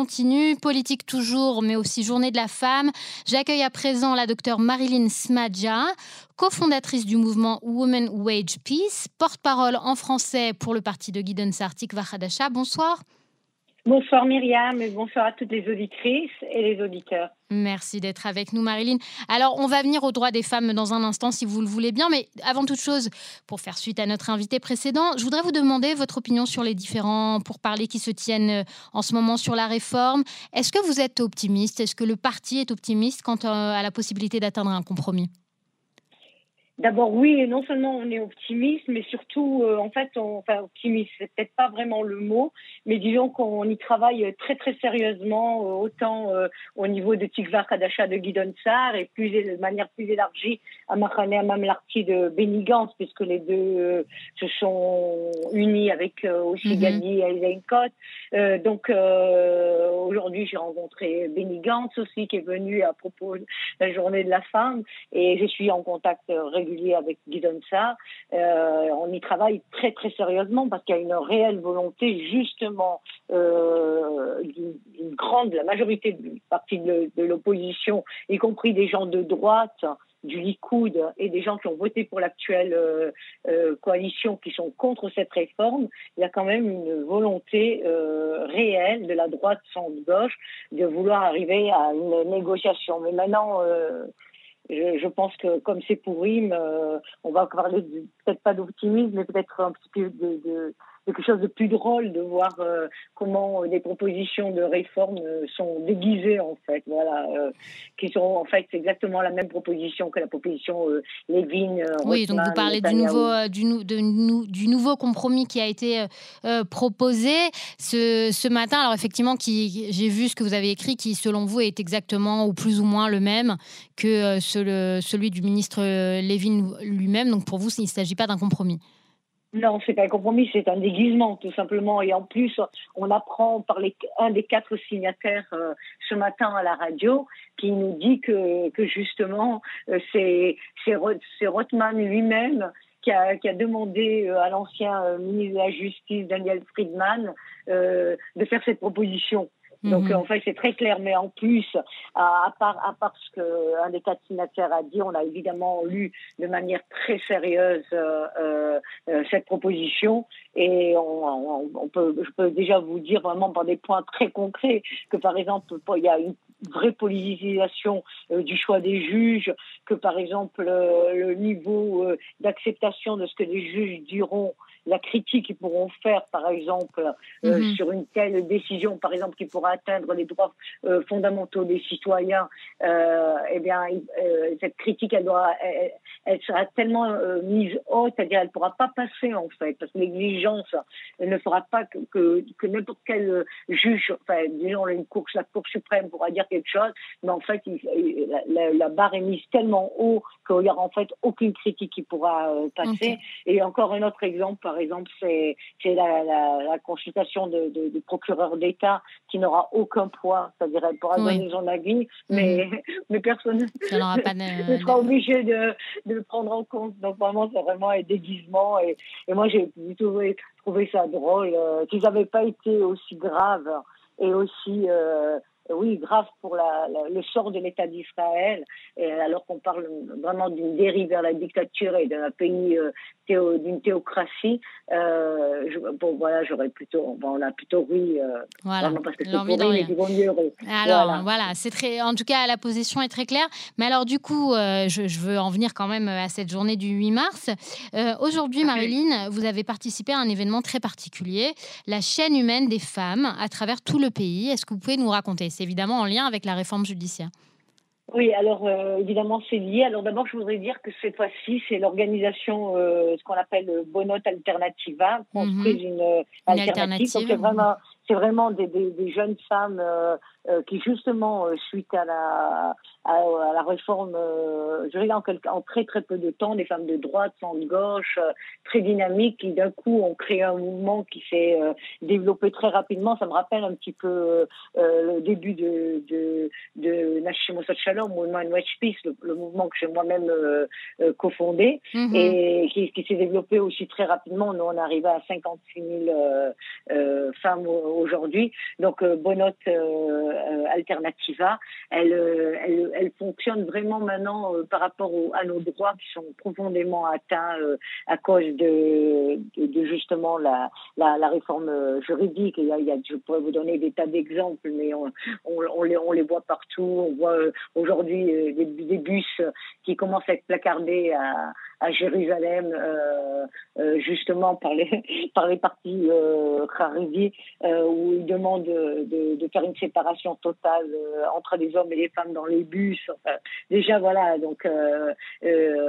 continue, politique toujours, mais aussi journée de la femme. J'accueille à présent la docteure Marilyn Smadja, cofondatrice du mouvement Women Wage Peace, porte-parole en français pour le parti de Gideon Saar Tikva Hadasha. Bonsoir. Bonsoir Myriam et bonsoir à toutes les auditrices et les auditeurs. Merci d'être avec nous, Marilyn. Alors, on va venir aux droits des femmes dans un instant, si vous le voulez bien. Mais avant toute chose, pour faire suite à notre invité précédent, je voudrais vous demander votre opinion sur les différents pourparlers qui se tiennent en ce moment sur la réforme. Est-ce que vous êtes optimiste? Est-ce que le parti est optimiste quant à la possibilité d'atteindre un compromis? D'abord, oui, et non seulement on est optimiste, mais surtout, optimiste, c'est peut-être pas vraiment le mot, mais disons qu'on y travaille très très sérieusement, autant au niveau de Tikva Hadasha de Gideon Saar et de manière plus élargie à Machane Mamlarti de Benny Gantz, puisque les deux se sont unis avec aussi Gadi et Eisenkot. Aujourd'hui, j'ai rencontré Benny Gantz aussi, qui est venu à propos de la journée de la femme, et je suis en contact régulier avec Gideon Saar. On y travaille très très sérieusement parce qu'il y a une réelle volonté justement la majorité du parti de l'opposition, y compris des gens de droite du Likoud et des gens qui ont voté pour l'actuelle coalition qui sont contre cette réforme. Il y a quand même une volonté réelle de la droite centre-gauche de vouloir arriver à une négociation. Mais maintenant je pense que comme c'est pour Rim, on va parler peut-être pas d'optimisme, mais peut-être un petit peu de quelque chose de plus drôle de voir comment des propositions de réforme sont déguisées en fait, qui sont en fait exactement la même proposition que la proposition Levin. Oui, donc vous parlez du nouveau compromis qui a été proposé ce matin. Alors effectivement, j'ai vu ce que vous avez écrit, qui selon vous est exactement ou plus ou moins le même que celui du ministre Levin lui-même. Donc pour vous, il ne s'agit pas d'un compromis. Non, c'est pas un compromis, c'est un déguisement, tout simplement. Et en plus, on apprend par un des 4 signataires ce matin à la radio qui nous dit que justement, c'est Rothman lui-même qui a demandé à l'ancien ministre de la Justice, Daniel Friedman, de faire cette proposition. Donc en fait c'est très clair, mais en plus à part ce que un des 4 signataires a dit, on a évidemment lu de manière très sérieuse cette proposition et je peux déjà vous dire vraiment par des points très concrets que par exemple il y a une vraie politisation du choix des juges, que par exemple le niveau d'acceptation de ce que les juges diront, la critique qu'ils pourront faire, par exemple, sur une telle décision, par exemple, qui pourra atteindre les droits fondamentaux des citoyens, cette critique, elle sera tellement mise haute, c'est-à-dire elle ne pourra pas passer, en fait, parce que l'exigence ne fera pas que n'importe quel juge, enfin, disons, la Cour suprême pourra dire quelque chose, mais en fait, la barre est mise tellement haut qu'il n'y aura en fait aucune critique qui pourra passer. Okay. Et encore un autre exemple, par exemple, c'est la consultation du procureur d'État qui n'aura aucun poids, c'est-à-dire elle pourra donner son avis, mais personne ne sera obligé de le prendre en compte. Donc vraiment, c'est vraiment un déguisement et moi j'ai plutôt trouvé ça drôle qu'ils n'avaient pas été aussi graves et aussi grave pour le sort de l'État d'Israël, alors qu'on parle vraiment d'une dérive vers la dictature et d'un pays d'une théocratie. J'aurais plutôt, on a plutôt ri, vraiment parce que c'est pour mais qui vont mieux rire. Alors voilà, c'est très, en tout cas la position est très claire. Mais alors du coup, je veux en venir quand même à cette journée du 8 mars. Aujourd'hui, Marilyn, vous avez participé à un événement très particulier, la chaîne humaine des femmes à travers tout le pays. Est-ce que vous pouvez nous raconter? C'est évidemment en lien avec la réforme judiciaire. Oui, alors évidemment c'est lié. Alors d'abord je voudrais dire que cette fois-ci c'est l'organisation, ce qu'on appelle Bonot Alternativa, construise une alternative. Donc c'est vraiment des jeunes femmes qui justement suite à la réforme, je dirais en très très peu de temps, des femmes de droite, centre gauche, très dynamiques, qui d'un coup ont créé un mouvement qui s'est développé très rapidement. Ça me rappelle un petit peu le début de Nashim Mossad Shalom, Mouvement Wage Peace, le mouvement que j'ai moi-même cofondé et qui s'est développé aussi très rapidement. Nous on arrivait à 56 000 femmes aujourd'hui. Donc Bonote Alternativa, elle fonctionne vraiment maintenant par rapport à nos droits qui sont profondément atteints à cause de justement la réforme juridique. Je pourrais vous donner des tas d'exemples, mais on les voit partout. On voit aujourd'hui des bus qui commencent à être placardés à Jérusalem, justement par les partis Haredi, où ils demandent de faire une séparation totale entre les hommes et les femmes dans les bus. Enfin, déjà voilà, donc vous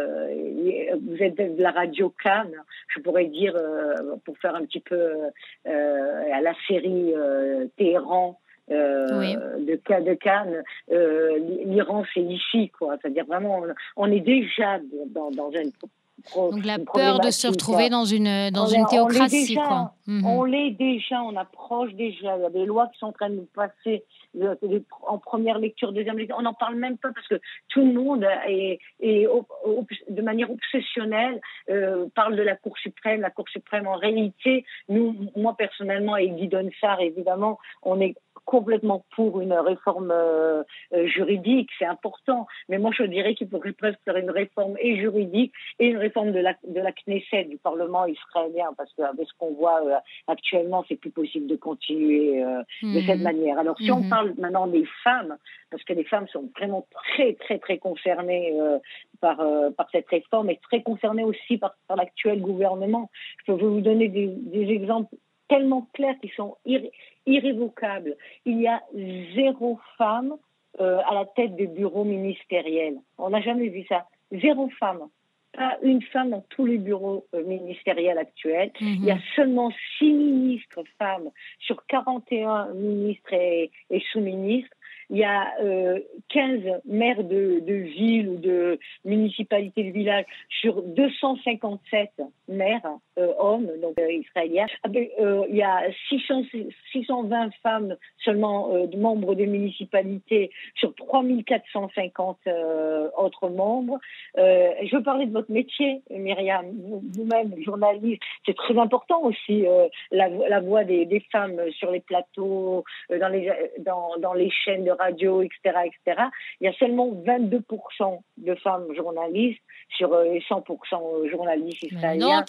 êtes de la radio Cannes, je pourrais dire, pour faire un petit peu à la série Téhéran. Oui. de Cannes, l'Iran c'est ici, quoi. C'est-à-dire vraiment, on est déjà dans une donc la peur de se retrouver dans une théocratie, quoi. On l'est déjà, on approche déjà. Il y a des lois qui sont en train de nous passer en première lecture, deuxième lecture. On n'en parle même pas parce que tout le monde est de manière obsessionnelle parle de la Cour suprême. La Cour suprême, en réalité, moi personnellement et Guy Donsart, évidemment, on est complètement pour une réforme juridique, c'est important. Mais moi, je dirais qu'il faudrait presque faire une réforme et juridique et une réforme de la Knesset, du Parlement israélien, parce qu'avec ce qu'on voit actuellement, c'est plus possible de continuer de cette manière. Alors, si on parle maintenant des femmes, parce que les femmes sont vraiment très, très, très concernées par cette réforme et très concernées aussi par l'actuel gouvernement. Je peux vous donner des exemples tellement clairs qui sont irrévocables. Il y a 0 femme à la tête des bureaux ministériels. On n'a jamais vu ça. 0 femme. Pas une femme dans tous les bureaux ministériels actuels. Il y a seulement 6 ministres femmes sur 41 ministres et sous-ministres. Il y a 15 maires de ville ou de municipalités de village sur 257 maires hommes, donc israéliens. Il y a 620 femmes seulement membres des municipalités sur 3450 autres membres. Je veux parler de votre métier, Myriam, vous-même, journaliste. C'est très important aussi la voix des femmes sur les plateaux, dans les chaînes de radio, etc., etc. Il y a seulement 22% de femmes journalistes sur les 100% journalistes israéliens.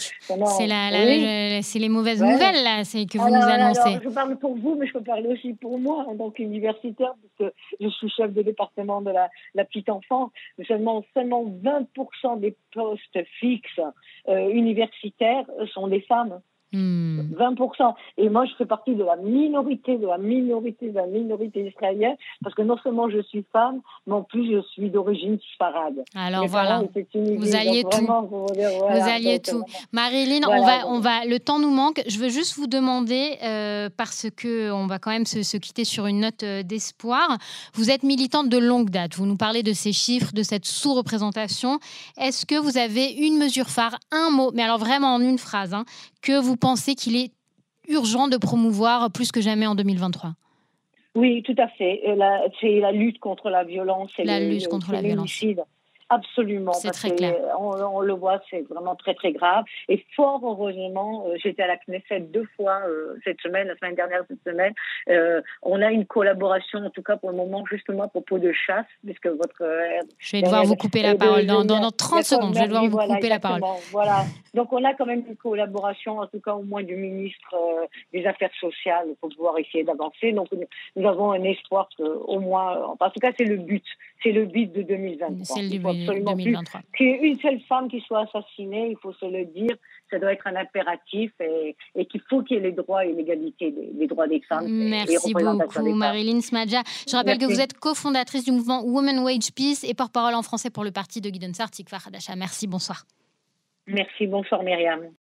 C'est les mauvaises nouvelles là, c'est que vous nous annoncez. Alors, je parle pour vous, mais je peux parler aussi pour moi en tant qu'universitaire, parce que je suis chef de département de la petite enfance. Seulement 20% des postes fixes universitaires sont des femmes. 20%. Et moi, je fais partie de la minorité israélienne, parce que non seulement je suis femme, mais en plus je suis d'origine sfarade. Alors voilà, vous alliez tout. Vous alliez tout. Marilyn, on va, le temps nous manque. Je veux juste vous demander, parce que on va quand même se quitter sur une note d'espoir. Vous êtes militante de longue date. Vous nous parlez de ces chiffres, de cette sous-représentation. Est-ce que vous avez une mesure phare, un mot, mais alors vraiment en une phrase, que vous pensez qu'il est urgent de promouvoir plus que jamais en 2023? Oui, tout à fait. C'est la lutte contre la violence et la lutte contre la violence. Absolument. C'est très clair. On le voit, c'est vraiment très, très grave. Et fort heureusement, j'étais à la Knesset 2 fois cette semaine, la semaine dernière, cette semaine. On a une collaboration, en tout cas pour le moment, justement à propos de chasse, puisque votre... je vais devoir vous couper la parole dans 30 secondes. Je vais devoir vous couper la parole. Voilà. Donc, on a quand même une collaboration, en tout cas au moins du ministre des Affaires sociales, pour pouvoir essayer d'avancer. Donc, nous avons un espoir qu'au moins... En tout cas, c'est le but. C'est le but de 2023. C'est le début 2023. Qu'il y ait une seule femme qui soit assassinée, il faut se le dire, ça doit être un impératif et qu'il faut qu'il y ait les droits et l'égalité des droits des femmes. Merci beaucoup, Marilyn Smadja. Je rappelle que vous êtes cofondatrice du mouvement Women Wage Peace et porte-parole en français pour le parti de Guy Donsart, Tikva Hadasha. Merci, bonsoir. Merci, bonsoir Myriam.